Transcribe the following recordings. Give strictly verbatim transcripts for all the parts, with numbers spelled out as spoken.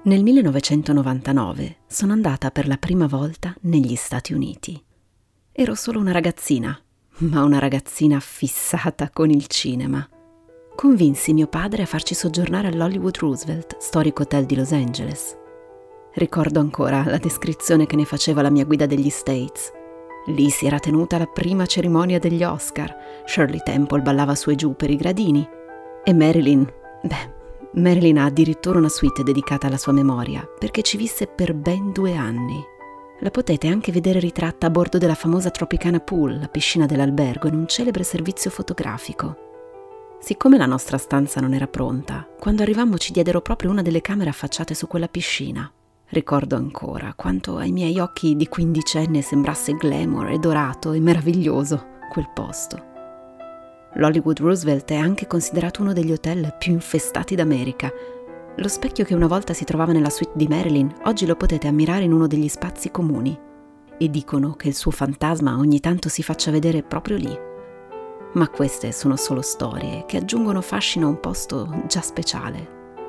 Nel millenovecentonovantanove sono andata per la prima volta negli Stati Uniti. Ero solo una ragazzina, ma una ragazzina fissata con il cinema. Convinsi mio padre a farci soggiornare all'Hollywood Roosevelt, storico hotel di Los Angeles. Ricordo ancora la descrizione che ne faceva la mia guida degli States. Lì si era tenuta la prima cerimonia degli Oscar, Shirley Temple ballava su e giù per i gradini e Marilyn, beh, Marilyn ha addirittura una suite dedicata alla sua memoria, perché ci visse per ben due anni. La potete anche vedere ritratta a bordo della famosa Tropicana Pool, la piscina dell'albergo, in un celebre servizio fotografico. Siccome la nostra stanza non era pronta, quando arrivammo ci diedero proprio una delle camere affacciate su quella piscina. Ricordo ancora quanto ai miei occhi di quindicenne sembrasse glamour e dorato e meraviglioso quel posto. L'Hollywood Roosevelt è anche considerato uno degli hotel più infestati d'America. Lo specchio che una volta si trovava nella suite di Marilyn, oggi lo potete ammirare in uno degli spazi comuni. E dicono che il suo fantasma ogni tanto si faccia vedere proprio lì. Ma queste sono solo storie che aggiungono fascino a un posto già speciale.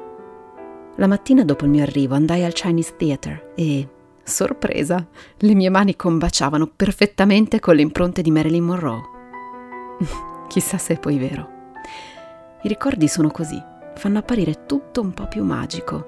La mattina dopo il mio arrivo andai al Chinese Theatre e, sorpresa, le mie mani combaciavano perfettamente con le impronte di Marilyn Monroe. Chissà se è poi vero. I ricordi sono così, fanno apparire tutto un po' più magico.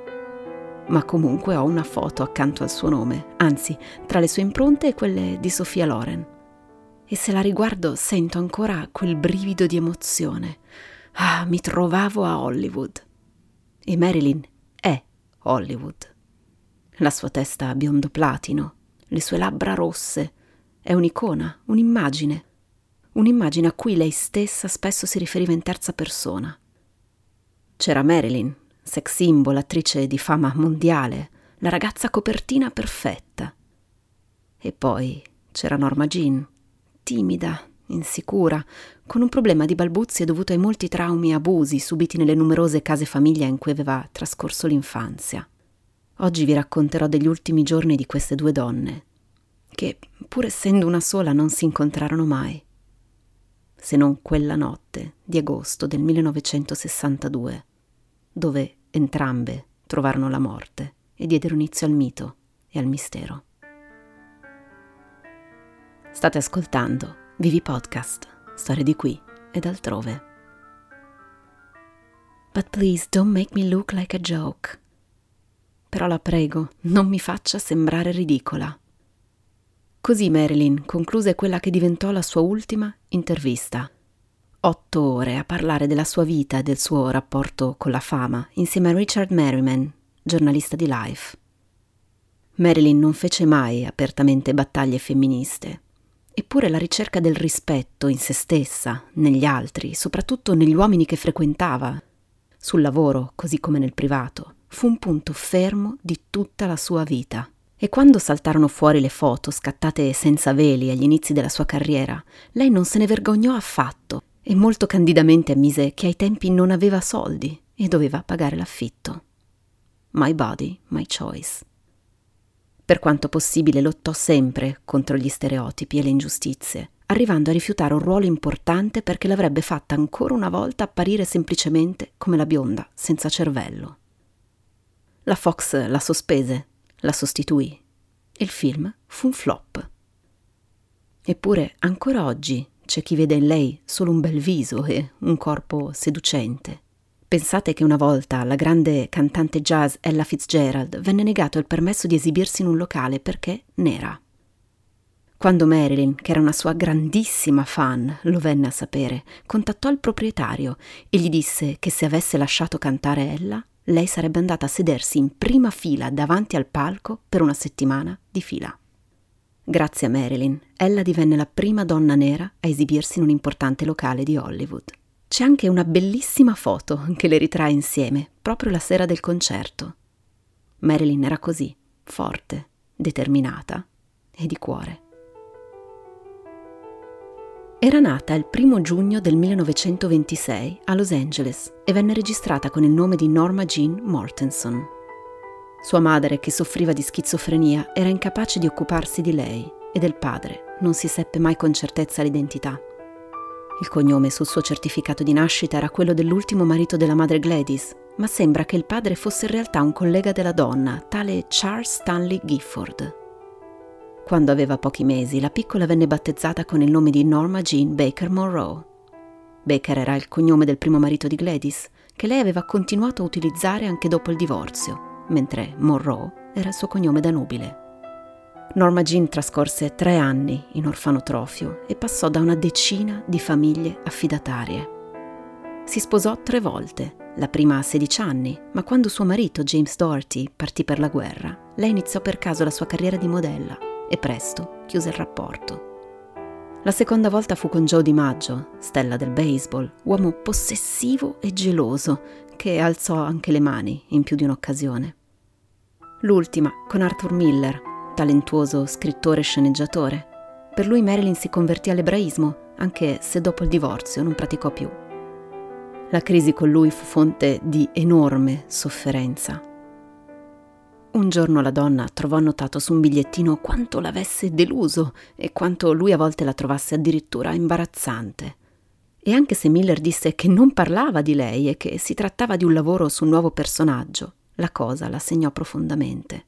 Ma comunque ho una foto accanto al suo nome, anzi, tra le sue impronte e quelle di Sophia Loren. E se la riguardo sento ancora quel brivido di emozione. Ah, mi trovavo a Hollywood. E Marilyn è Hollywood. La sua testa biondo platino, le sue labbra rosse, è un'icona, un'immagine. Un'immagine a cui lei stessa spesso si riferiva in terza persona. C'era Marilyn, sex symbol, attrice di fama mondiale, la ragazza copertina perfetta. E poi c'era Norma Jean, timida, insicura, con un problema di balbuzie dovuto ai molti traumi e abusi subiti nelle numerose case famiglia in cui aveva trascorso l'infanzia. Oggi vi racconterò degli ultimi giorni di queste due donne, che, pur essendo una sola, non si incontrarono mai. Se non quella notte di agosto del millenovecentosessantadue, dove entrambe trovarono la morte e diedero inizio al mito e al mistero. State ascoltando Vivi Podcast, storie di qui ed altrove. But please don't make me look like a joke. Però la prego, non mi faccia sembrare ridicola. Così Marilyn concluse quella che diventò la sua ultima intervista. Otto ore a parlare della sua vita e del suo rapporto con la fama, insieme a Richard Merriman, giornalista di Life. Marilyn non fece mai apertamente battaglie femministe, eppure la ricerca del rispetto in se stessa, negli altri, soprattutto negli uomini che frequentava, sul lavoro così come nel privato, fu un punto fermo di tutta la sua vita. E quando saltarono fuori le foto scattate senza veli agli inizi della sua carriera, lei non se ne vergognò affatto e molto candidamente ammise che ai tempi non aveva soldi e doveva pagare l'affitto. My body, my choice. Per quanto possibile lottò sempre contro gli stereotipi e le ingiustizie, arrivando a rifiutare un ruolo importante perché l'avrebbe fatta ancora una volta apparire semplicemente come la bionda senza cervello. La Fox la sospese, la sostituì. Il film fu un flop. Eppure ancora oggi c'è chi vede in lei solo un bel viso e un corpo seducente. Pensate che una volta alla grande cantante jazz Ella Fitzgerald venne negato il permesso di esibirsi in un locale perché nera. Quando Marilyn, che era una sua grandissima fan, lo venne a sapere, contattò il proprietario e gli disse che se avesse lasciato cantare Ella, lei sarebbe andata a sedersi in prima fila davanti al palco per una settimana di fila. Grazie a Marilyn, Ella divenne la prima donna nera a esibirsi in un importante locale di Hollywood. C'è anche una bellissima foto che le ritrae insieme, proprio la sera del concerto. Marilyn era così, forte, determinata e di cuore. Era nata il primo giugno del millenovecentoventisei a Los Angeles e venne registrata con il nome di Norma Jean Mortenson. Sua madre, che soffriva di schizofrenia, era incapace di occuparsi di lei e del padre non si seppe mai con certezza l'identità. Il cognome sul suo certificato di nascita era quello dell'ultimo marito della madre Gladys, ma sembra che il padre fosse in realtà un collega della donna, tale Charles Stanley Gifford. Quando aveva pochi mesi, la piccola venne battezzata con il nome di Norma Jean Baker Monroe. Baker era il cognome del primo marito di Gladys, che lei aveva continuato a utilizzare anche dopo il divorzio, mentre Monroe era il suo cognome da nubile. Norma Jean trascorse tre anni in orfanotrofio e passò da una decina di famiglie affidatarie. Si sposò tre volte, la prima a sedici anni, ma quando suo marito James Doherty partì per la guerra, lei iniziò per caso la sua carriera di modella e presto chiuse il rapporto. La seconda volta fu con Joe DiMaggio, stella del baseball, uomo possessivo e geloso, che alzò anche le mani in più di un'occasione. L'ultima con Arthur Miller, talentuoso scrittore e sceneggiatore. Per lui Marilyn si convertì all'ebraismo, anche se dopo il divorzio non praticò più. La crisi con lui fu fonte di enorme sofferenza. Un giorno la donna trovò annotato su un bigliettino quanto l'avesse deluso e quanto lui a volte la trovasse addirittura imbarazzante. E anche se Miller disse che non parlava di lei e che si trattava di un lavoro su un nuovo personaggio, la cosa la segnò profondamente.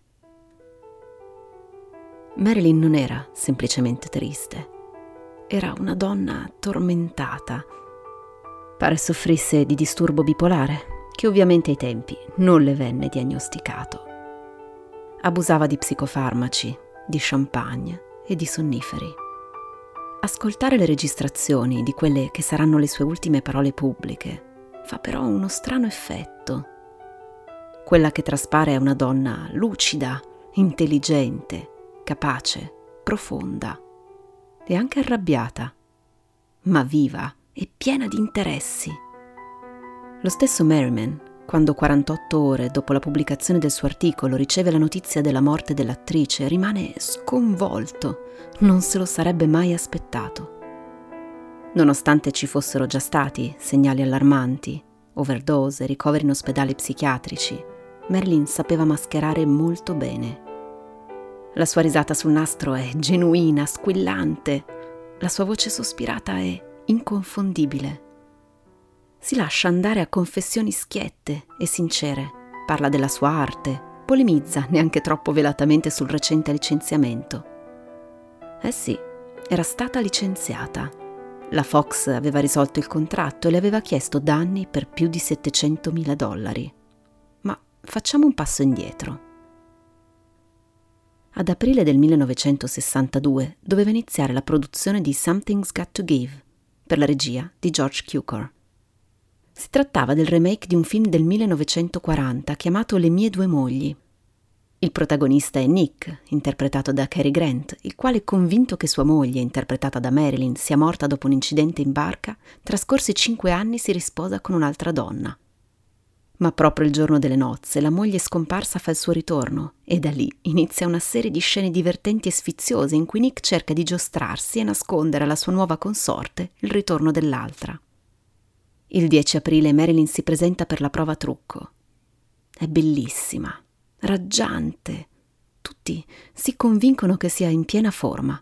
Marilyn non era semplicemente triste. Era una donna tormentata. Pare soffrisse di disturbo bipolare, che ovviamente ai tempi non le venne diagnosticato. Abusava di psicofarmaci, di champagne e di sonniferi. Ascoltare le registrazioni di quelle che saranno le sue ultime parole pubbliche fa però uno strano effetto. Quella che traspare è una donna lucida, intelligente, capace, profonda e anche arrabbiata, ma viva e piena di interessi. Lo stesso Merriman, quando quarantotto ore dopo la pubblicazione del suo articolo riceve la notizia della morte dell'attrice, rimane sconvolto, non se lo sarebbe mai aspettato. Nonostante ci fossero già stati segnali allarmanti, overdose, ricoveri in ospedali psichiatrici, Marilyn sapeva mascherare molto bene. La sua risata sul nastro è genuina, squillante, la sua voce sospirata è inconfondibile. Si lascia andare a confessioni schiette e sincere, parla della sua arte, polemizza neanche troppo velatamente sul recente licenziamento. Eh sì, era stata licenziata. La Fox aveva risolto il contratto e le aveva chiesto danni per più di settecentomila dollari. Ma facciamo un passo indietro. Ad aprile del millenovecentosessantadue doveva iniziare la produzione di Something's Got to Give, per la regia di George Cukor. Si trattava del remake di un film del millenovecentoquaranta chiamato Le mie due mogli. Il protagonista è Nick, interpretato da Cary Grant, il quale, convinto che sua moglie, interpretata da Marilyn, sia morta dopo un incidente in barca, trascorsi cinque anni si risposa con un'altra donna. Ma proprio il giorno delle nozze la moglie scomparsa fa il suo ritorno e da lì inizia una serie di scene divertenti e sfiziose in cui Nick cerca di giostrarsi e nascondere alla sua nuova consorte il ritorno dell'altra. Il dieci aprile Marilyn si presenta per la prova trucco. È bellissima, raggiante. Tutti si convincono che sia in piena forma.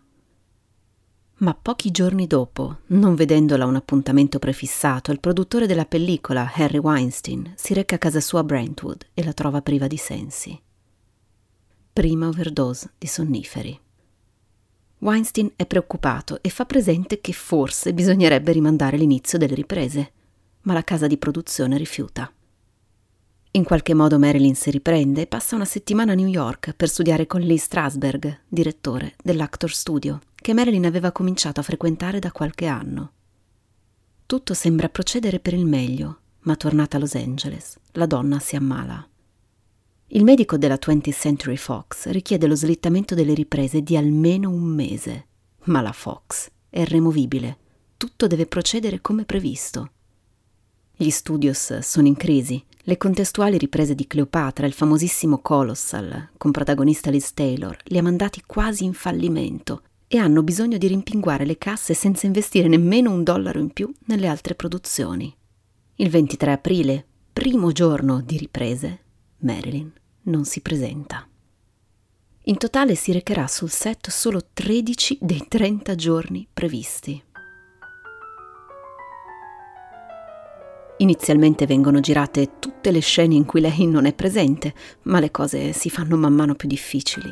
Ma pochi giorni dopo, non vedendola un appuntamento prefissato, il produttore della pellicola, Harry Weinstein, si reca a casa sua a Brentwood e la trova priva di sensi. Prima overdose di sonniferi. Weinstein è preoccupato e fa presente che forse bisognerebbe rimandare l'inizio delle riprese, ma la casa di produzione rifiuta. In qualche modo Marilyn si riprende e passa una settimana a New York per studiare con Lee Strasberg, direttore dell'Actor Studio, che Marilyn aveva cominciato a frequentare da qualche anno. Tutto sembra procedere per il meglio, ma tornata a Los Angeles, la donna si ammala. Il medico della twentieth Century Fox richiede lo slittamento delle riprese di almeno un mese, ma la Fox è irremovibile, tutto deve procedere come previsto. Gli studios sono in crisi. Le contestuali riprese di Cleopatra, il famosissimo Colossal, con protagonista Liz Taylor, li ha mandati quasi in fallimento e hanno bisogno di rimpinguare le casse senza investire nemmeno un dollaro in più nelle altre produzioni. Il ventitré aprile, primo giorno di riprese, Marilyn non si presenta. In totale si recherà sul set solo tredici dei trenta giorni previsti. Inizialmente vengono girate tutte le scene in cui lei non è presente, ma le cose si fanno man mano più difficili.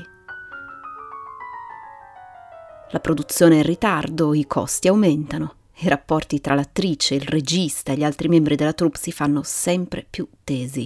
La produzione è in ritardo, i costi aumentano, i rapporti tra l'attrice, il regista e gli altri membri della troupe si fanno sempre più tesi.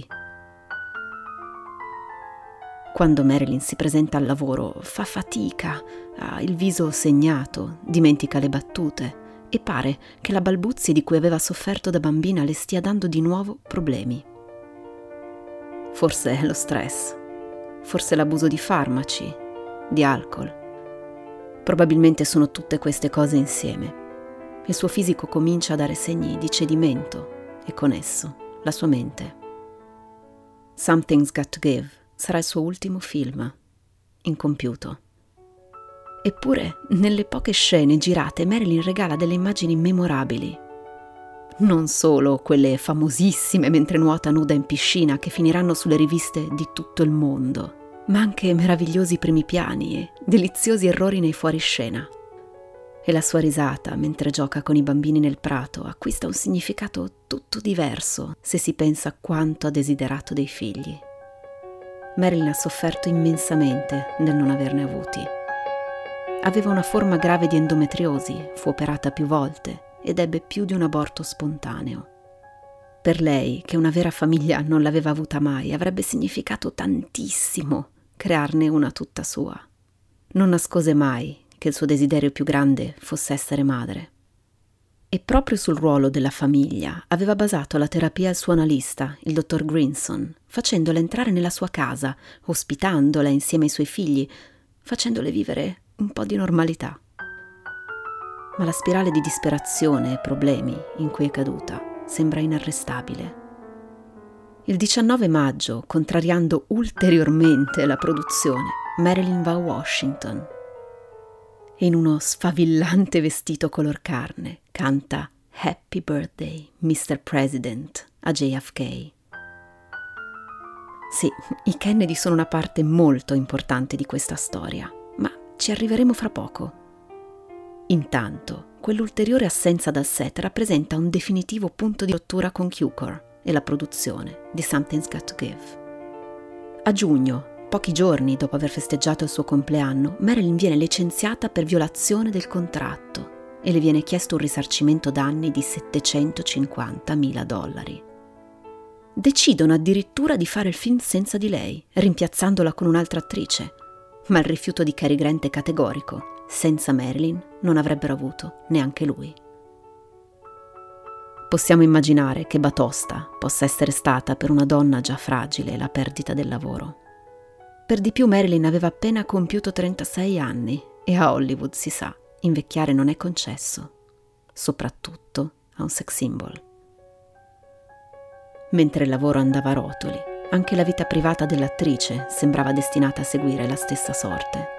Quando Marilyn si presenta al lavoro, fa fatica, ha il viso segnato, dimentica le battute e pare che la balbuzie di cui aveva sofferto da bambina le stia dando di nuovo problemi. Forse è lo stress, forse l'abuso di farmaci, di alcol. Probabilmente sono tutte queste cose insieme. Il suo fisico comincia a dare segni di cedimento e con esso la sua mente. Something's Got to Give sarà il suo ultimo film, incompiuto. Eppure, nelle poche scene girate, Marilyn regala delle immagini memorabili. Non solo quelle famosissime mentre nuota nuda in piscina che finiranno sulle riviste di tutto il mondo, ma anche meravigliosi primi piani e deliziosi errori nei fuoriscena. E la sua risata mentre gioca con i bambini nel prato acquista un significato tutto diverso se si pensa a quanto ha desiderato dei figli. Marilyn ha sofferto immensamente nel non averne avuti. Aveva una forma grave di endometriosi, fu operata più volte ed ebbe più di un aborto spontaneo. Per lei, che una vera famiglia non l'aveva avuta mai, avrebbe significato tantissimo crearne una tutta sua. Non nascose mai che il suo desiderio più grande fosse essere madre. E proprio sul ruolo della famiglia aveva basato la terapia il suo analista, il dottor Grinson, facendola entrare nella sua casa, ospitandola insieme ai suoi figli, facendole vivere un po' di normalità. Ma la spirale di disperazione e problemi in cui è caduta sembra inarrestabile. Il diciannove maggio, contrariando ulteriormente la produzione, Marilyn va a Washington e in uno sfavillante vestito color carne canta Happy Birthday, mister President a J F K. Sì, i Kennedy sono una parte molto importante di questa storia, ma ci arriveremo fra poco. Intanto, quell'ulteriore assenza dal set rappresenta un definitivo punto di rottura con Cukor e la produzione di Something's Got to Give. A giugno, pochi giorni dopo aver festeggiato il suo compleanno, Marilyn viene licenziata per violazione del contratto e le viene chiesto un risarcimento danni di settecentocinquantamila dollari. Decidono addirittura di fare il film senza di lei, rimpiazzandola con un'altra attrice, ma il rifiuto di Cary Grant è categorico. Senza Marilyn non avrebbero avuto neanche lui. Possiamo immaginare che batosta possa essere stata per una donna già fragile la perdita del lavoro. Per di più Marilyn aveva appena compiuto trentasei anni e a Hollywood, si sa, invecchiare non è concesso, soprattutto a un sex symbol. Mentre il lavoro andava a rotoli, anche la vita privata dell'attrice sembrava destinata a seguire la stessa sorte.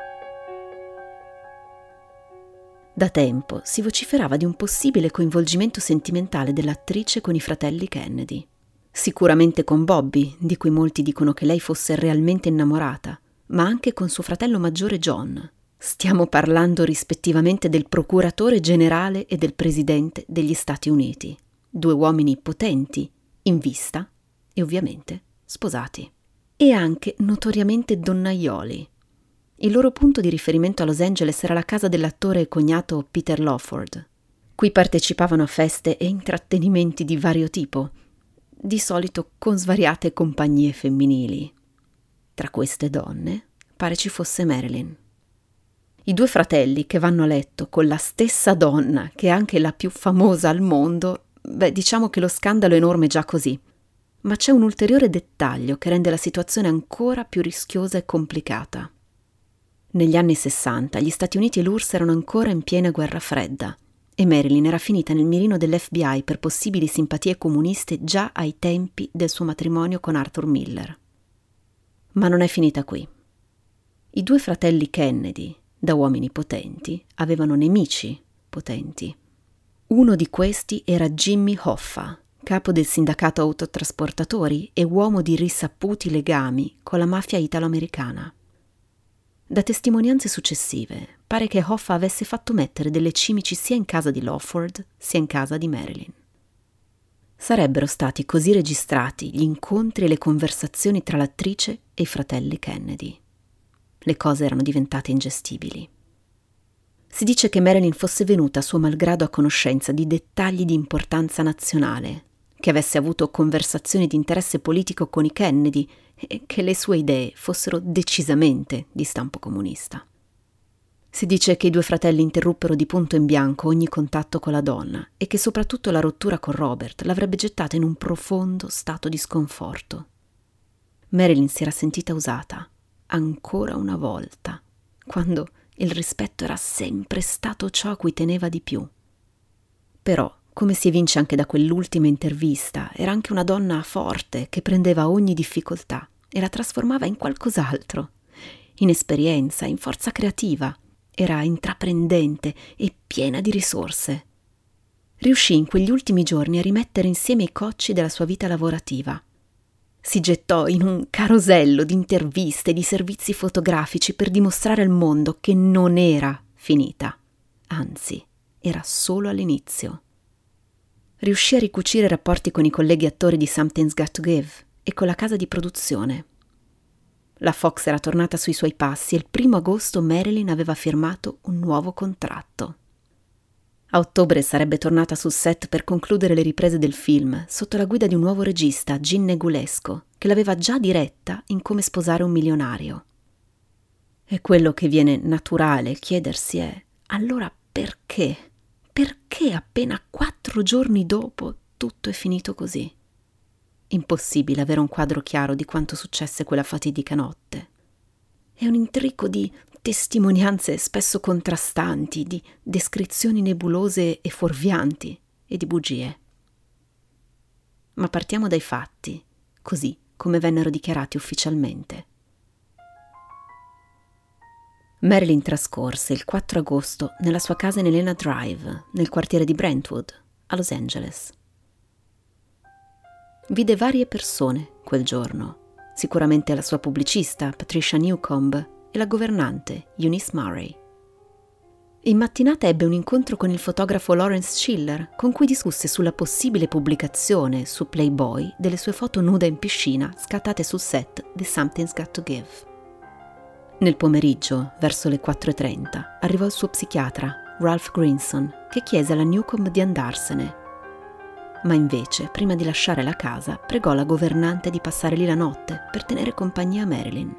Da tempo si vociferava di un possibile coinvolgimento sentimentale dell'attrice con i fratelli Kennedy. Sicuramente con Bobby, di cui molti dicono che lei fosse realmente innamorata, ma anche con suo fratello maggiore John. Stiamo parlando rispettivamente del procuratore generale e del presidente degli Stati Uniti, due uomini potenti, in vista e ovviamente sposati. E anche notoriamente donnaioli. Il loro punto di riferimento a Los Angeles era la casa dell'attore e cognato Peter Lawford. Qui partecipavano a feste e intrattenimenti di vario tipo, di solito con svariate compagnie femminili. Tra queste donne pare ci fosse Marilyn. I due fratelli che vanno a letto con la stessa donna, che è anche la più famosa al mondo, beh, diciamo che lo scandalo è enorme già così. Ma c'è un ulteriore dettaglio che rende la situazione ancora più rischiosa e complicata. Negli anni sessanta gli Stati Uniti e l'U R S S erano ancora in piena guerra fredda e Marilyn era finita nel mirino dell'F B I per possibili simpatie comuniste già ai tempi del suo matrimonio con Arthur Miller. Ma non è finita qui. I due fratelli Kennedy, da uomini potenti, avevano nemici potenti. Uno di questi era Jimmy Hoffa, capo del sindacato autotrasportatori e uomo di risaputi legami con la mafia italo-americana. Da testimonianze successive, pare che Hoffa avesse fatto mettere delle cimici sia in casa di Lawford sia in casa di Marilyn. Sarebbero stati così registrati gli incontri e le conversazioni tra l'attrice e i fratelli Kennedy. Le cose erano diventate ingestibili. Si dice che Marilyn fosse venuta a suo malgrado a conoscenza di dettagli di importanza nazionale, che avesse avuto conversazioni di interesse politico con i Kennedy e che le sue idee fossero decisamente di stampo comunista. Si dice che i due fratelli interruppero di punto in bianco ogni contatto con la donna e che soprattutto la rottura con Robert l'avrebbe gettata in un profondo stato di sconforto. Marilyn si era sentita usata, ancora una volta, quando il rispetto era sempre stato ciò a cui teneva di più. Però, come si evince anche da quell'ultima intervista, era anche una donna forte che prendeva ogni difficoltà e la trasformava in qualcos'altro, in esperienza, in forza creativa. Era intraprendente e piena di risorse. Riuscì in quegli ultimi giorni a rimettere insieme i cocci della sua vita lavorativa. Si gettò in un carosello di interviste e di servizi fotografici per dimostrare al mondo che non era finita, anzi, era solo all'inizio. Riuscì a ricucire rapporti con i colleghi attori di Something's Got to Give e con la casa di produzione. La Fox era tornata sui suoi passi e il primo agosto Marilyn aveva firmato un nuovo contratto. A ottobre sarebbe tornata sul set per concludere le riprese del film sotto la guida di un nuovo regista, Gin Negulesco, che l'aveva già diretta in Come sposare un milionario. E quello che viene naturale chiedersi è: allora perché? Perché appena quattro giorni dopo tutto è finito così? Impossibile avere un quadro chiaro di quanto successe quella fatidica notte. È un intrico di testimonianze spesso contrastanti, di descrizioni nebulose e fuorvianti e di bugie. Ma partiamo dai fatti, così come vennero dichiarati ufficialmente. Marilyn trascorse il quattro agosto nella sua casa in Helena Drive, nel quartiere di Brentwood, a Los Angeles. Vide varie persone quel giorno, sicuramente la sua pubblicista Patricia Newcomb e la governante Eunice Murray. In mattinata ebbe un incontro con il fotografo Lawrence Schiller, con cui discusse sulla possibile pubblicazione su Playboy delle sue foto nude in piscina scattate sul set di Something's Got to Give. Nel pomeriggio, verso le quattro e trenta, arrivò il suo psichiatra, Ralph Grinson, che chiese alla Newcomb di andarsene. Ma invece, prima di lasciare la casa, pregò la governante di passare lì la notte per tenere compagnia a Marilyn.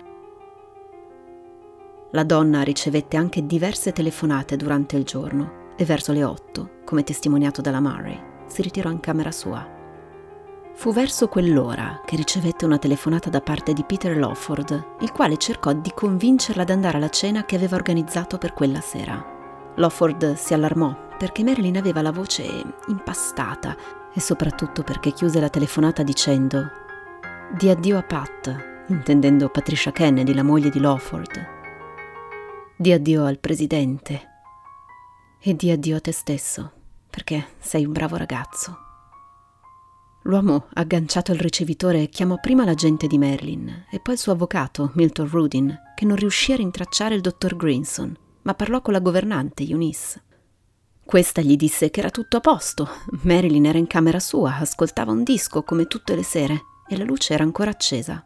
La donna ricevette anche diverse telefonate durante il giorno e verso le otto, come testimoniato dalla Murray, si ritirò in camera sua. Fu verso quell'ora che ricevette una telefonata da parte di Peter Lawford, il quale cercò di convincerla ad andare alla cena che aveva organizzato per quella sera. Lawford si allarmò perché Marilyn aveva la voce impastata e soprattutto perché chiuse la telefonata dicendo: «Di addio a Pat», intendendo Patricia Kennedy, la moglie di Lawford. «Di addio al presidente e di addio a te stesso, perché sei un bravo ragazzo». L'uomo, agganciato al ricevitore, chiamò prima l'agente di Marilyn e poi il suo avvocato, Milton Rudin, che non riuscì a rintracciare il dottor Grinson, ma parlò con la governante, Eunice. Questa gli disse che era tutto a posto. Marilyn era in camera sua, ascoltava un disco come tutte le sere e la luce era ancora accesa.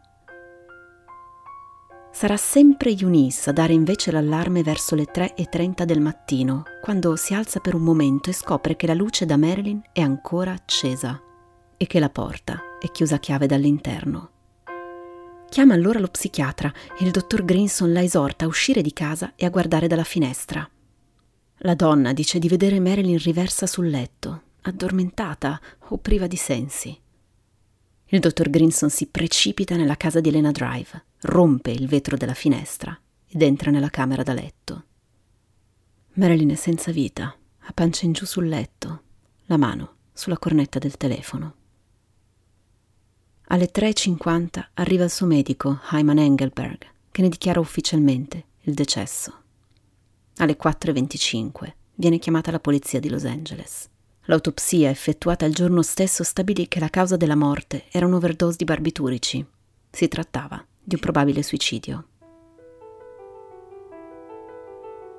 Sarà sempre Eunice a dare invece l'allarme verso le tre e trenta del mattino, quando si alza per un momento e scopre che la luce da Marilyn è ancora accesa e che la porta è chiusa a chiave dall'interno. Chiama allora lo psichiatra e il dottor Grinson la esorta a uscire di casa e a guardare dalla finestra. La donna dice di vedere Marilyn riversa sul letto, addormentata o priva di sensi. Il dottor Grinson si precipita nella casa di Helena Drive, rompe il vetro della finestra ed entra nella camera da letto. Marilyn è senza vita, a pancia in giù sul letto, la mano sulla cornetta del telefono. Alle tre e cinquanta arriva il suo medico, Hyman Engelberg, che ne dichiara ufficialmente il decesso. Alle quattro e venticinque viene chiamata la polizia di Los Angeles. L'autopsia effettuata il giorno stesso stabilì che la causa della morte era un'overdose di barbiturici. Si trattava di un probabile suicidio.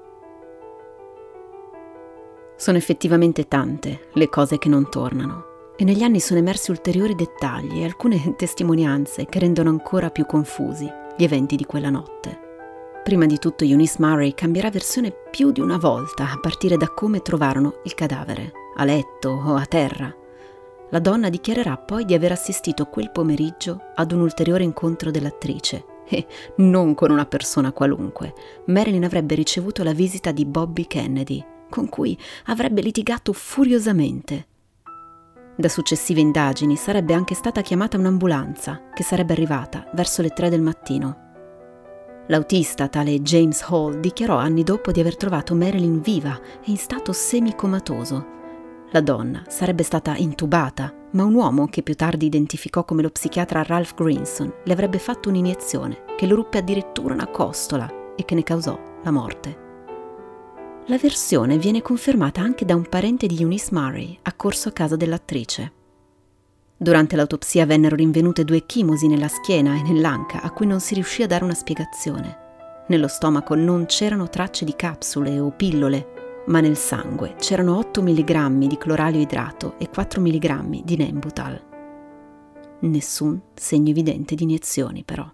Sono effettivamente tante le cose che non tornano E negli anni sono emersi ulteriori dettagli e alcune testimonianze che rendono ancora più confusi gli eventi di quella notte. Prima di tutto Eunice Murray cambierà versione più di una volta, a partire da come trovarono il cadavere, a letto o a terra. La donna dichiarerà poi di aver assistito quel pomeriggio ad un ulteriore incontro dell'attrice e non con una persona qualunque. Marilyn avrebbe ricevuto la visita di Bobby Kennedy, con cui avrebbe litigato furiosamente. Da successive indagini sarebbe anche stata chiamata un'ambulanza che sarebbe arrivata verso le tre del mattino. L'autista, tale James Hall, dichiarò anni dopo di aver trovato Marilyn viva e in stato semicomatoso. La donna sarebbe stata intubata, ma un uomo che più tardi identificò come lo psichiatra Ralph Greenson le avrebbe fatto un'iniezione che le ruppe addirittura una costola e che ne causò la morte. La versione viene confermata anche da un parente di Eunice Murray accorso a casa dell'attrice. Durante l'autopsia vennero rinvenute due chimosi nella schiena e nell'anca a cui non si riuscì a dare una spiegazione. Nello stomaco non c'erano tracce di capsule o pillole, ma nel sangue c'erano otto milligrammi di cloralio idrato e quattro milligrammi di Nembutal. Nessun segno evidente di iniezioni, però.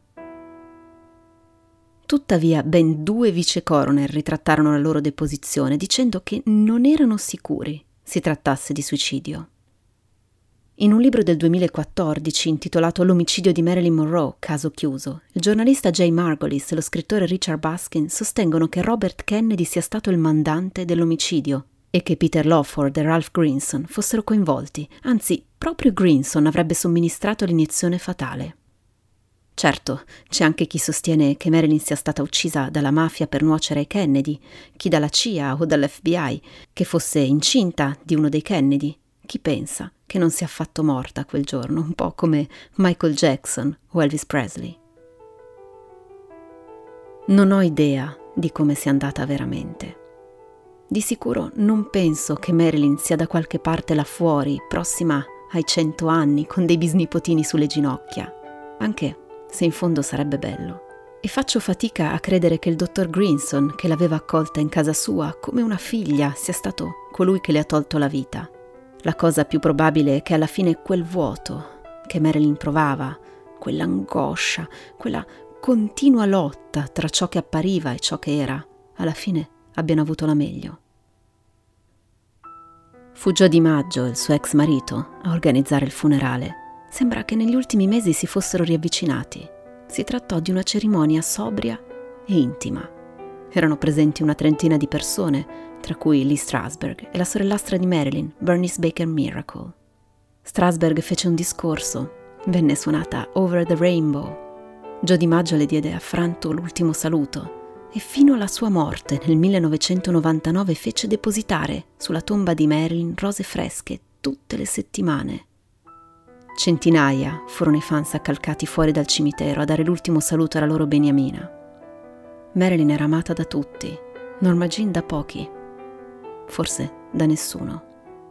Tuttavia, ben due vice coroner ritrattarono la loro deposizione dicendo che non erano sicuri si trattasse di suicidio. In un libro del duemilaquattordici intitolato L'omicidio di Marilyn Monroe, caso chiuso, il giornalista Jay Margolis e lo scrittore Richard Baskin sostengono che Robert Kennedy sia stato il mandante dell'omicidio e che Peter Lawford e Ralph Greenson fossero coinvolti, anzi, proprio Greenson avrebbe somministrato l'iniezione fatale. Certo, c'è anche chi sostiene che Marilyn sia stata uccisa dalla mafia per nuocere ai Kennedy, chi dalla C I A o dall'F B I, che fosse incinta di uno dei Kennedy. Chi pensa che non sia affatto morta quel giorno, un po' come Michael Jackson o Elvis Presley. Non ho idea di come sia andata veramente. Di sicuro non penso che Marilyn sia da qualche parte là fuori, prossima ai cento anni, con dei bisnipotini sulle ginocchia, anche se in fondo sarebbe bello. E faccio fatica a credere che il dottor Greenson, che l'aveva accolta in casa sua come una figlia, sia stato colui che le ha tolto la vita. La cosa più probabile è che alla fine quel vuoto che Marilyn provava, quell'angoscia, quella continua lotta tra ciò che appariva e ciò che era, alla fine abbiano avuto la meglio. Fu Joe DiMaggio, il suo ex marito, a organizzare il funerale. Sembra che negli ultimi mesi si fossero riavvicinati. Si trattò di una cerimonia sobria e intima. Erano presenti una trentina di persone, tra cui Lee Strasberg e la sorellastra di Marilyn, Bernice Baker Miracle. Strasberg fece un discorso, venne suonata Over the Rainbow. Joe DiMaggio le diede affranto l'ultimo saluto e fino alla sua morte nel millenovecentonovantanove fece depositare sulla tomba di Marilyn rose fresche tutte le settimane. Centinaia furono i fans accalcati fuori dal cimitero a dare l'ultimo saluto alla loro beniamina. Marilyn era amata da tutti, Norma Jean da pochi, forse da nessuno.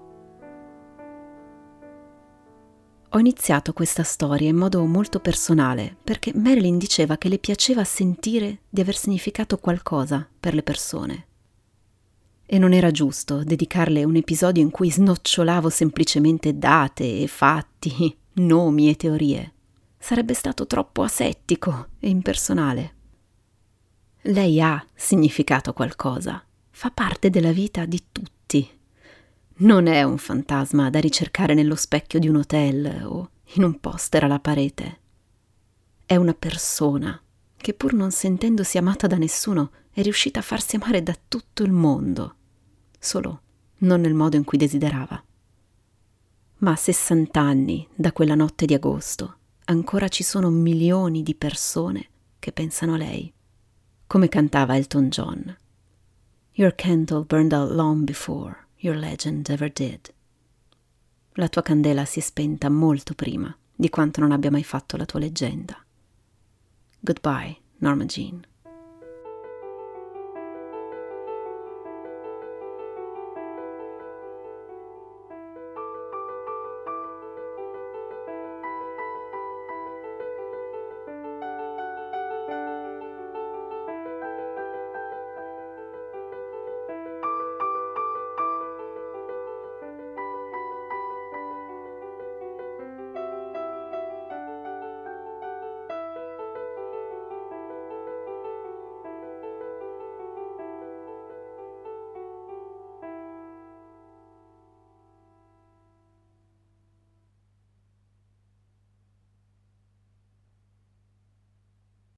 Ho iniziato questa storia in modo molto personale perché Marilyn diceva che le piaceva sentire di aver significato qualcosa per le persone. E non era giusto dedicarle un episodio in cui snocciolavo semplicemente date e fatti, nomi e teorie. Sarebbe stato troppo asettico e impersonale. Lei ha significato qualcosa, fa parte della vita di tutti. Non è un fantasma da ricercare nello specchio di un hotel o in un poster alla parete. È una persona che, pur non sentendosi amata da nessuno, è riuscita a farsi amare da tutto il mondo, solo non nel modo in cui desiderava. Ma a sessant'anni da quella notte di agosto ancora ci sono milioni di persone che pensano a lei. Come cantava Elton John. Your candle burned out long before your legend ever did. La tua candela si è spenta molto prima di quanto non abbia mai fatto la tua leggenda. Goodbye, Norma Jean.